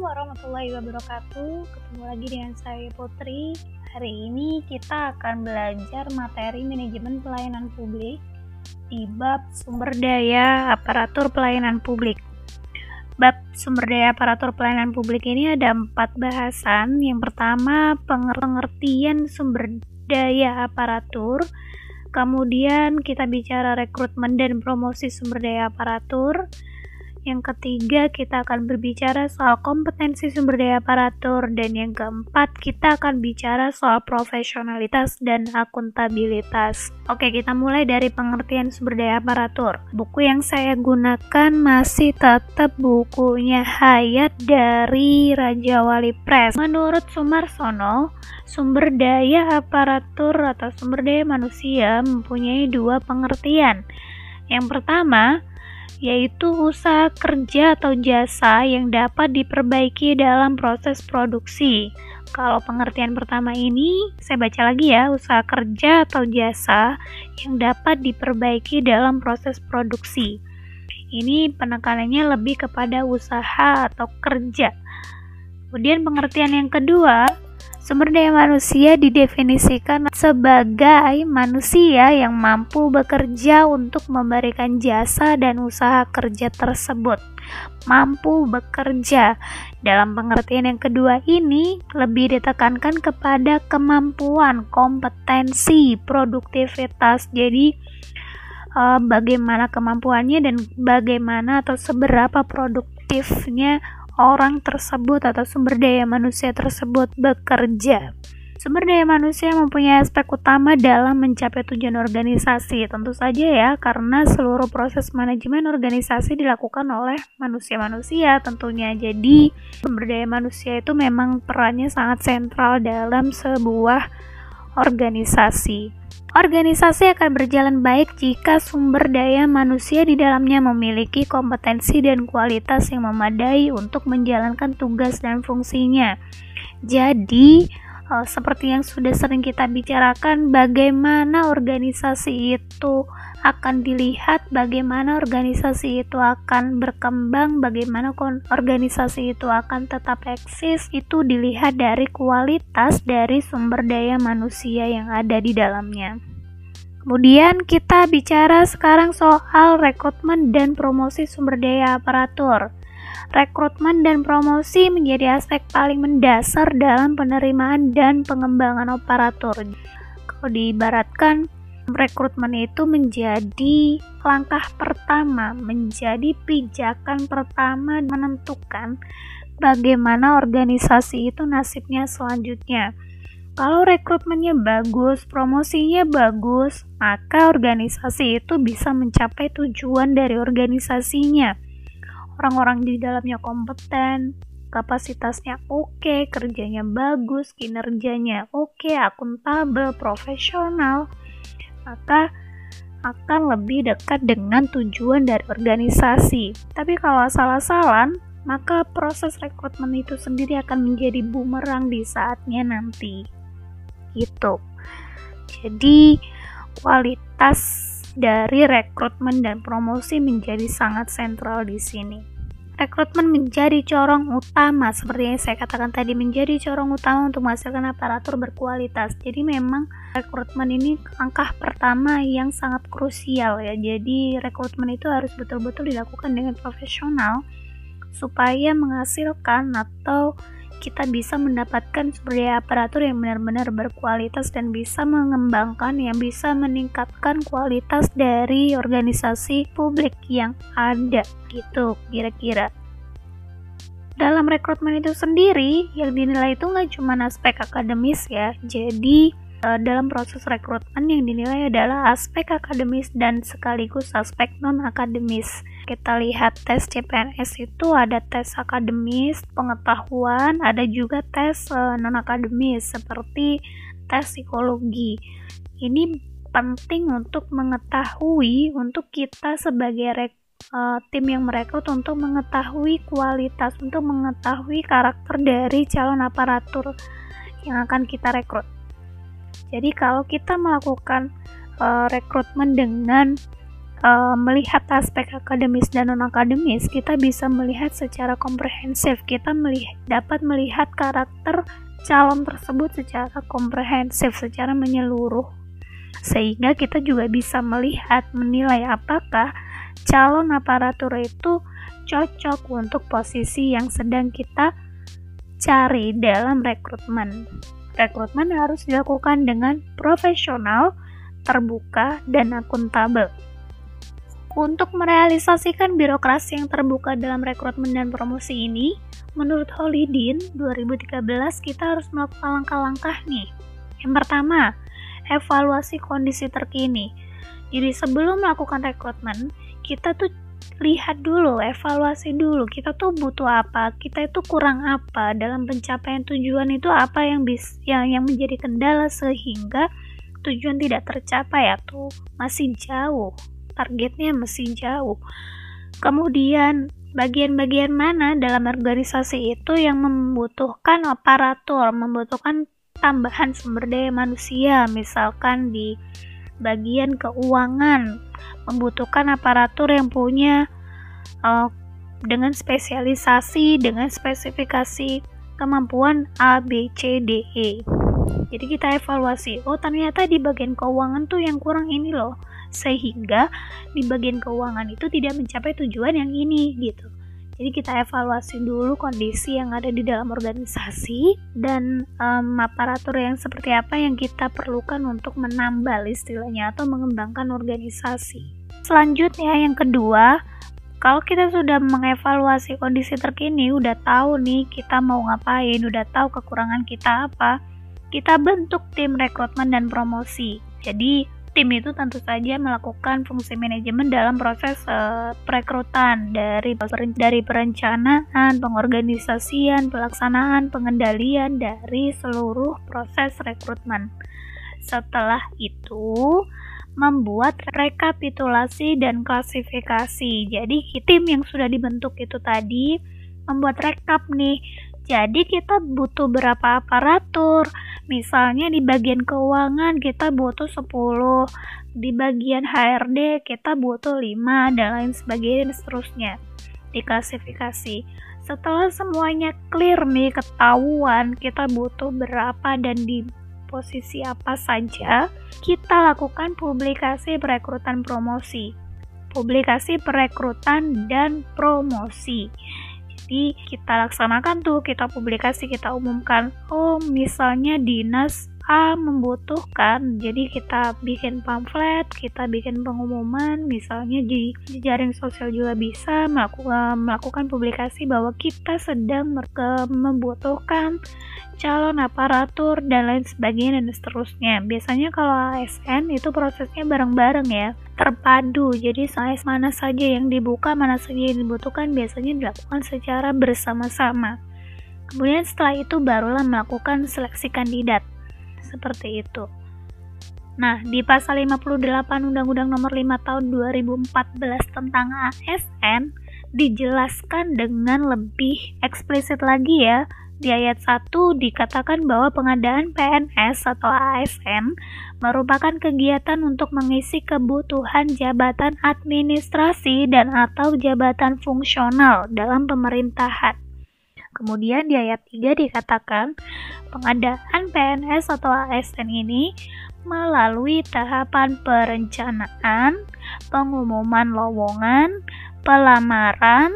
warahmatullahi wabarakatuh. Ketemu lagi dengan saya Putri. Hari ini kita akan belajar materi manajemen pelayanan publik di bab sumber daya aparatur pelayanan publik. Bab sumber daya aparatur pelayanan publik ini ada 4 bahasan. Yang pertama, pengertian sumber daya aparatur. Kemudian kita bicara rekrutmen dan promosi sumber daya aparatur. Yang ketiga, kita akan berbicara soal kompetensi sumber daya aparatur. Dan yang keempat, kita akan bicara soal profesionalitas dan akuntabilitas. Oke, kita mulai dari pengertian sumber daya aparatur. Buku yang saya gunakan masih tetap bukunya Hayat dari Raja Wali Press. Menurut Sumarsono, sumber daya aparatur atau sumber daya manusia mempunyai 2 pengertian. Yang pertama, yaitu usaha kerja atau jasa yang dapat diperbaiki dalam proses produksi. Kalau pengertian pertama ini, saya baca lagi ya, usaha kerja atau jasa yang dapat diperbaiki dalam proses produksi. Ini penekanannya lebih kepada usaha atau kerja. Kemudian pengertian yang kedua, sumber daya manusia didefinisikan sebagai manusia yang mampu bekerja untuk memberikan jasa dan usaha kerja tersebut. Mampu bekerja. Dalam pengertian yang kedua ini lebih ditekankan kepada kemampuan, kompetensi, produktivitas. Jadi bagaimana kemampuannya dan bagaimana atau seberapa produktifnya orang tersebut atau sumber daya manusia tersebut bekerja. Sumber daya manusia mempunyai aspek utama dalam mencapai tujuan organisasi. Tentu saja ya, karena seluruh proses manajemen organisasi dilakukan oleh manusia-manusia tentunya. Jadi, sumber daya manusia itu memang perannya sangat sentral dalam sebuah organisasi. Organisasi akan berjalan baik jika sumber daya manusia di dalamnya memiliki kompetensi dan kualitas yang memadai untuk menjalankan tugas dan fungsinya. Jadi, seperti yang sudah sering kita bicarakan, bagaimana organisasi itu akan dilihat, bagaimana organisasi itu akan berkembang, bagaimana organisasi itu akan tetap eksis, itu dilihat dari kualitas dari sumber daya manusia yang ada di dalamnya. Kemudian kita bicara sekarang soal rekrutmen dan promosi sumber daya aparatur. Rekrutmen dan promosi menjadi aspek paling mendasar dalam penerimaan dan pengembangan aparatur. Kalau diibaratkan, rekrutmen itu menjadi langkah pertama, menjadi pijakan pertama menentukan bagaimana organisasi itu nasibnya selanjutnya. Kalau rekrutmennya bagus, promosinya bagus, maka organisasi itu bisa mencapai tujuan dari organisasinya. Orang-orang di dalamnya kompeten, kapasitasnya oke, kerjanya bagus, kinerjanya oke, akuntabel, profesional, maka akan lebih dekat dengan tujuan dari organisasi. Tapi kalau asal-asalan, maka proses rekrutmen itu sendiri akan menjadi bumerang di saatnya nanti. Gitu. Jadi, kualitas dari rekrutmen dan promosi menjadi sangat sentral di sini. Rekrutmen menjadi corong utama, seperti yang saya katakan tadi, menjadi corong utama untuk menghasilkan aparatur berkualitas. Jadi memang rekrutmen ini langkah pertama yang sangat krusial ya. Jadi rekrutmen itu harus betul-betul dilakukan dengan profesional supaya menghasilkan atau kita bisa mendapatkan sumber daya aparatur yang benar-benar berkualitas dan bisa mengembangkan, yang bisa meningkatkan kualitas dari organisasi publik yang ada gitu kira-kira. Dalam rekrutmen itu sendiri yang dinilai itu nggak cuma aspek akademis ya. Jadi dalam proses rekrutmen yang dinilai adalah aspek akademis dan sekaligus aspek non-akademis. Kita lihat tes CPNS itu ada tes akademis, pengetahuan, ada juga tes non-akademis seperti tes psikologi. Ini penting untuk mengetahui, untuk kita sebagai tim yang merekrut untuk mengetahui kualitas, untuk mengetahui karakter dari calon aparatur yang akan kita rekrut. Jadi kalau kita melakukan rekrutmen dengan melihat aspek akademis dan non-akademis, kita bisa melihat secara komprehensif. Kita dapat melihat karakter calon tersebut secara komprehensif, secara menyeluruh. Sehingga kita juga bisa menilai apakah calon aparatur itu cocok untuk posisi yang sedang kita cari dalam rekrutmen. Rekrutmen harus dilakukan dengan profesional, terbuka, dan akuntabel. Untuk merealisasikan birokrasi yang terbuka dalam rekrutmen dan promosi ini, menurut Holidin 2013 kita harus melakukan langkah-langkah nih. Yang pertama, evaluasi kondisi terkini. Jadi sebelum melakukan rekrutmen, kita tuh lihat dulu, evaluasi dulu, kita tuh butuh apa, kita itu kurang apa dalam pencapaian tujuan, itu apa yang menjadi kendala sehingga tujuan tidak tercapai atau masih jauh, targetnya masih jauh. Kemudian bagian-bagian mana dalam organisasi itu yang membutuhkan aparatur, membutuhkan tambahan sumber daya manusia, misalkan di bagian keuangan membutuhkan aparatur yang punya dengan spesialisasi, dengan spesifikasi kemampuan A, B, C, D, E. Jadi kita evaluasi, oh ternyata di bagian keuangan tuh yang kurang ini loh, sehingga di bagian keuangan itu tidak mencapai tujuan yang ini gitu. Jadi kita evaluasi dulu kondisi yang ada di dalam organisasi dan aparatur yang seperti apa yang kita perlukan untuk menambal istilahnya atau mengembangkan organisasi. Selanjutnya yang kedua, kalau kita sudah mengevaluasi kondisi terkini, udah tahu nih kita mau ngapain, udah tahu kekurangan kita apa, kita bentuk tim rekrutmen dan promosi. Jadi tim itu tentu saja melakukan fungsi manajemen dalam proses perekrutan dari perencanaan, pengorganisasian, pelaksanaan, pengendalian dari seluruh proses rekrutmen. Setelah itu membuat rekapitulasi dan klasifikasi. Jadi tim yang sudah dibentuk itu tadi membuat rekap nih. Jadi kita butuh berapa aparatur? Misalnya di bagian keuangan kita butuh 10, di bagian HRD kita butuh 5, dan lain sebagainya dan seterusnya. Diklasifikasi. Setelah semuanya clear nih, ketahuan kita butuh berapa dan di posisi apa saja, kita lakukan publikasi perekrutan promosi. Publikasi perekrutan dan promosi. Jadi kita laksanakan tuh, kita publikasi, kita umumkan. Oh, misalnya dinas A membutuhkan, jadi kita bikin pamflet, kita bikin pengumuman, misalnya di jaring sosial juga bisa melakukan publikasi bahwa kita sedang membutuhkan calon aparatur dan lain sebagainya dan seterusnya. Biasanya kalau ASN itu prosesnya bareng-bareng ya, terpadu. Jadi mana saja yang dibuka, mana saja yang dibutuhkan biasanya dilakukan secara bersama-sama. Kemudian setelah itu barulah melakukan seleksi kandidat. Seperti itu. Nah, di pasal 58 Undang-Undang Nomor 5 Tahun 2014 tentang ASN dijelaskan dengan lebih eksplisit lagi ya. Di ayat 1 dikatakan bahwa pengadaan PNS atau ASN merupakan kegiatan untuk mengisi kebutuhan jabatan administrasi dan atau jabatan fungsional dalam pemerintahan. Kemudian di ayat 3 dikatakan pengadaan PNS atau ASN ini melalui tahapan perencanaan, pengumuman lowongan, pelamaran,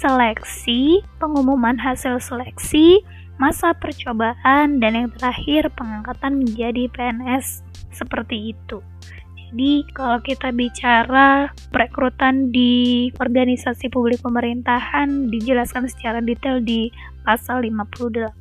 seleksi, pengumuman hasil seleksi, masa percobaan, dan yang terakhir pengangkatan menjadi PNS. Seperti itu. Jadi kalau kita bicara perekrutan di organisasi publik pemerintahan dijelaskan secara detail di pasal 58.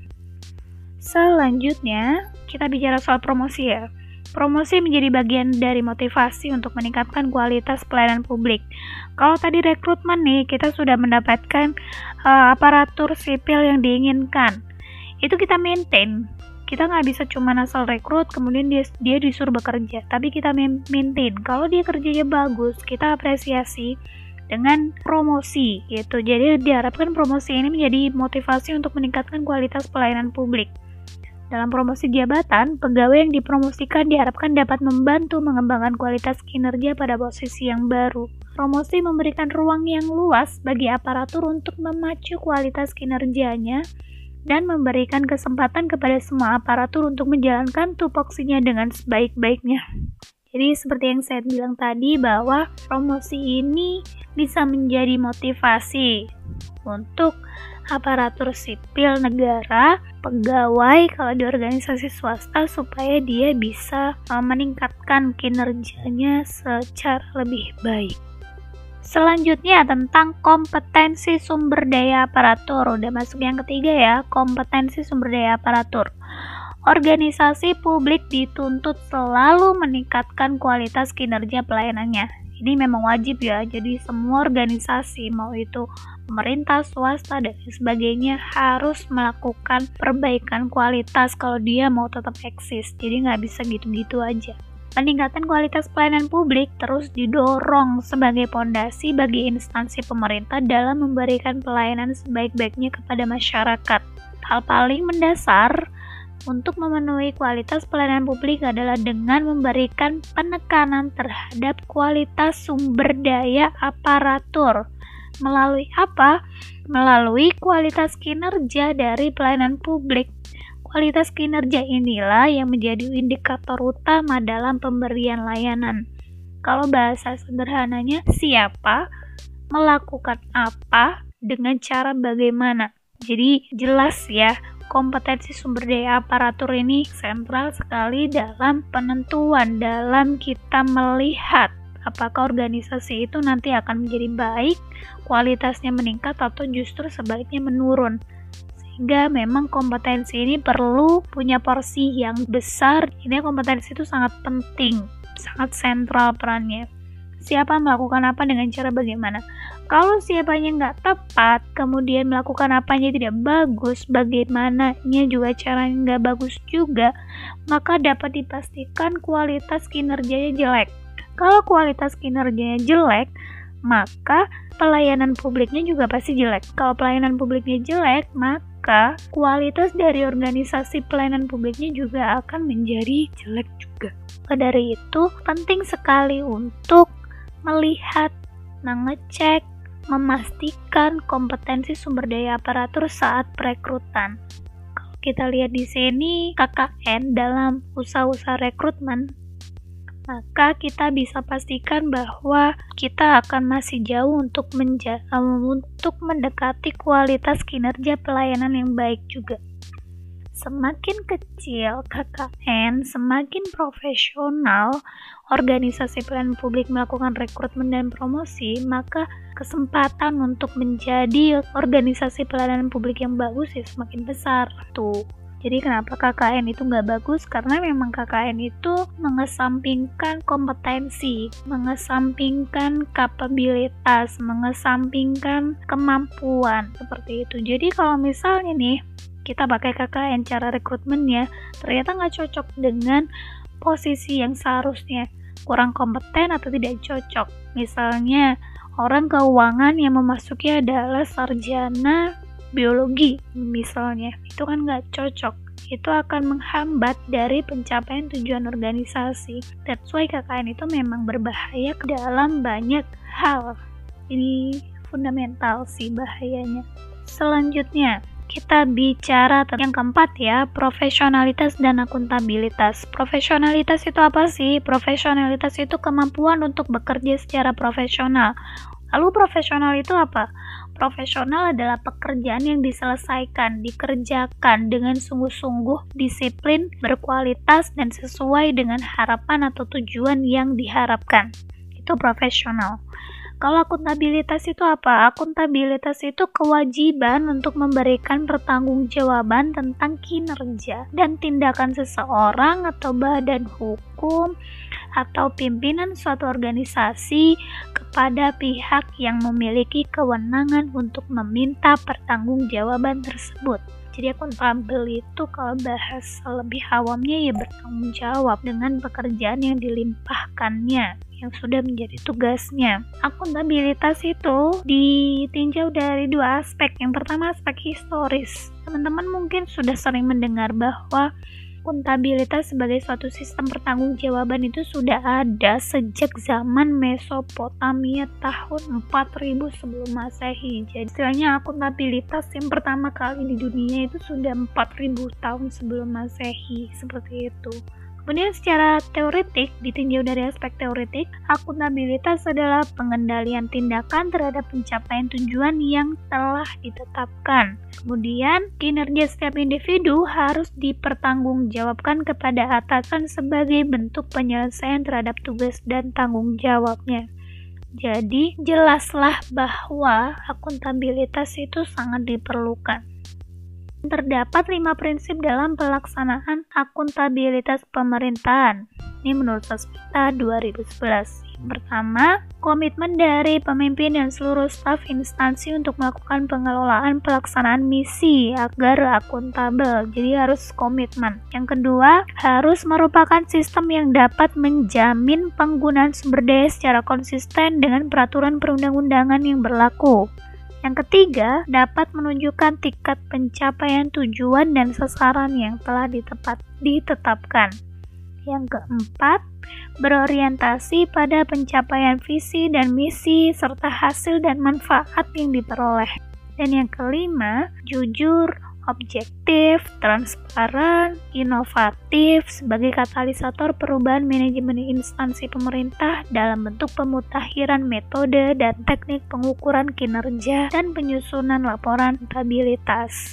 Selanjutnya kita bicara soal promosi ya. Promosi menjadi bagian dari motivasi untuk meningkatkan kualitas pelayanan publik. Kalau tadi rekrutmen nih, kita sudah mendapatkan aparatur sipil yang diinginkan. Itu kita maintain. Kita nggak bisa cuma asal rekrut, kemudian dia disuruh bekerja. Tapi kita maintain. Kalau dia kerjanya bagus, kita apresiasi dengan promosi gitu. Jadi diharapkan promosi ini menjadi motivasi untuk meningkatkan kualitas pelayanan publik. Dalam promosi jabatan, pegawai yang dipromosikan diharapkan dapat membantu mengembangkan kualitas kinerja pada posisi yang baru. Promosi memberikan ruang yang luas bagi aparatur untuk memacu kualitas kinerjanya dan memberikan kesempatan kepada semua aparatur untuk menjalankan tupoksinya dengan sebaik-baiknya. Jadi seperti yang saya bilang tadi, bahwa promosi ini bisa menjadi motivasi untuk aparatur sipil negara, pegawai kalau di organisasi swasta, supaya dia bisa meningkatkan kinerjanya secara lebih baik. Selanjutnya tentang kompetensi sumber daya aparatur. Udah masuk yang ketiga ya, kompetensi sumber daya aparatur. Organisasi publik dituntut selalu meningkatkan kualitas kinerja pelayanannya. Ini memang wajib ya, jadi semua organisasi, mau itu pemerintah, swasta, dan sebagainya, harus melakukan perbaikan kualitas kalau dia mau tetap eksis. Jadi nggak bisa gitu-gitu aja. Peningkatan kualitas pelayanan publik terus didorong sebagai pondasi bagi instansi pemerintah dalam memberikan pelayanan sebaik-baiknya kepada masyarakat. Hal paling mendasar untuk memenuhi kualitas pelayanan publik adalah dengan memberikan penekanan terhadap kualitas sumber daya aparatur. Melalui apa? Melalui kualitas kinerja dari pelayanan publik. Kualitas kinerja inilah yang menjadi indikator utama dalam pemberian layanan. Kalau bahasa sederhananya, siapa melakukan apa dengan cara bagaimana. Jadi jelas ya, kompetensi sumber daya aparatur ini sentral sekali dalam penentuan, dalam kita melihat apakah organisasi itu nanti akan menjadi baik, kualitasnya meningkat, atau justru sebaliknya menurun. Sehingga memang kompetensi ini perlu punya porsi yang besar. Ini kompetensi itu sangat penting, sangat sentral perannya. Siapa melakukan apa dengan cara bagaimana. Kalau siapanya nggak tepat, kemudian melakukan apanya tidak bagus, bagaimananya juga caranya nggak bagus juga, maka dapat dipastikan kualitas kinerjanya jelek. Kalau kualitas kinerjanya jelek, maka pelayanan publiknya juga pasti jelek. Kalau pelayanan publiknya jelek, maka kualitas dari organisasi pelayanan publiknya juga akan menjadi jelek juga. Dari itu, penting sekali untuk melihat, mengecek, memastikan kompetensi sumber daya aparatur saat perekrutan. Kalau kita lihat di sini KKN dalam usaha-usaha rekrutmen, maka kita bisa pastikan bahwa kita akan masih jauh untuk mendekati kualitas kinerja pelayanan yang baik juga. Semakin kecil KKN, semakin profesional organisasi pelayanan publik melakukan rekrutmen dan promosi, maka kesempatan untuk menjadi organisasi pelayanan publik yang bagus ya semakin besar tuh. Jadi kenapa KKN itu nggak bagus? Karena memang KKN itu mengesampingkan kompetensi, mengesampingkan kapabilitas, mengesampingkan kemampuan, seperti itu. Jadi kalau misalnya nih, kita pakai KKN cara rekrutmennya, ternyata nggak cocok dengan posisi yang seharusnya, kurang kompeten atau tidak cocok. Misalnya, orang keuangan yang memasuki adalah sarjana biologi misalnya, itu kan nggak cocok, itu akan menghambat dari pencapaian tujuan organisasi. That's why KKN itu memang berbahaya dalam banyak hal. Ini fundamental sih bahayanya. Selanjutnya kita bicara tentang yang keempat ya, profesionalitas dan akuntabilitas. Profesionalitas itu apa sih? Profesionalitas itu kemampuan untuk bekerja secara profesional. Lalu profesional itu apa? Profesional adalah pekerjaan yang diselesaikan, dikerjakan dengan sungguh-sungguh, disiplin, berkualitas, dan sesuai dengan harapan atau tujuan yang diharapkan. Itu profesional. Kalau akuntabilitas itu apa? Akuntabilitas itu kewajiban untuk memberikan pertanggungjawaban tentang kinerja dan tindakan seseorang atau badan hukum atau pimpinan suatu organisasi kepada pihak yang memiliki kewenangan untuk meminta pertanggungjawaban tersebut. Jadi akuntabel itu kalau bahas lebih awamnya ya bertanggung jawab dengan pekerjaan yang dilimpahkannya, yang sudah menjadi tugasnya. Akuntabilitas itu ditinjau dari dua aspek. Yang pertama aspek historis. Teman-teman mungkin sudah sering mendengar bahwa akuntabilitas sebagai suatu sistem pertanggungjawaban itu sudah ada sejak zaman Mesopotamia tahun 4000 sebelum Masehi. Jadi istilahnya akuntabilitas yang pertama kali di dunia itu sudah 4000 tahun sebelum Masehi, seperti itu. Kemudian secara teoretik, ditinjau dari aspek teoretik, akuntabilitas adalah pengendalian tindakan terhadap pencapaian tujuan yang telah ditetapkan. Kemudian, kinerja setiap individu harus dipertanggungjawabkan kepada atasan sebagai bentuk penyelesaian terhadap tugas dan tanggung jawabnya. Jadi, jelaslah bahwa akuntabilitas itu sangat diperlukan. Terdapat 5 prinsip dalam pelaksanaan akuntabilitas pemerintahan. Ini menurut Saspita 2011. Yang pertama, komitmen dari pemimpin dan seluruh staf instansi untuk melakukan pengelolaan pelaksanaan misi agar akuntabel. Jadi harus komitmen. Yang kedua, harus merupakan sistem yang dapat menjamin penggunaan sumber daya secara konsisten dengan peraturan perundang-undangan yang berlaku. Yang ketiga, dapat menunjukkan tingkat pencapaian tujuan dan sasaran yang telah ditetapkan. Yang keempat, berorientasi pada pencapaian visi dan misi serta hasil dan manfaat yang diperoleh. Dan yang kelima, jujur, objektif, transparan, inovatif sebagai katalisator perubahan manajemen instansi pemerintah dalam bentuk pemutakhiran metode dan teknik pengukuran kinerja dan penyusunan laporan akuntabilitas.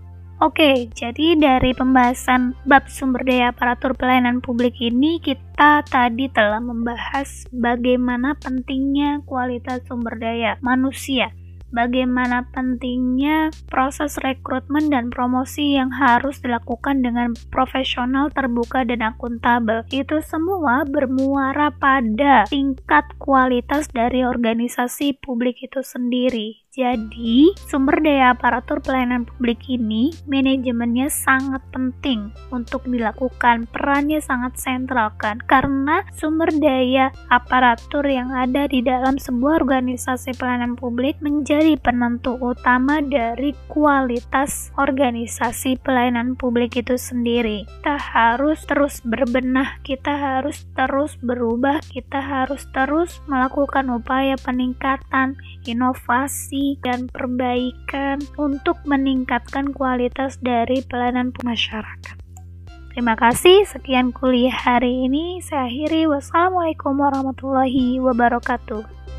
Oke, jadi dari pembahasan bab sumber daya aparatur pelayanan publik ini kita tadi telah membahas bagaimana pentingnya kualitas sumber daya manusia. Bagaimana pentingnya proses rekrutmen dan promosi yang harus dilakukan dengan profesional, terbuka, dan akuntabel. Itu semua bermuara pada tingkat kualitas dari organisasi publik itu sendiri. Jadi, sumber daya aparatur pelayanan publik ini, manajemennya sangat penting untuk dilakukan. Perannya sangat sentral kan, karena sumber daya aparatur yang ada di dalam sebuah organisasi pelayanan publik menjadi penentu utama dari kualitas organisasi pelayanan publik itu sendiri. Kita harus terus berbenah, kita harus terus berubah, kita harus terus melakukan upaya peningkatan, inovasi, dan perbaikan untuk meningkatkan kualitas dari pelayanan masyarakat. Terima kasih, sekian kuliah hari ini. Saya akhiri. Wassalamualaikum warahmatullahi wabarakatuh.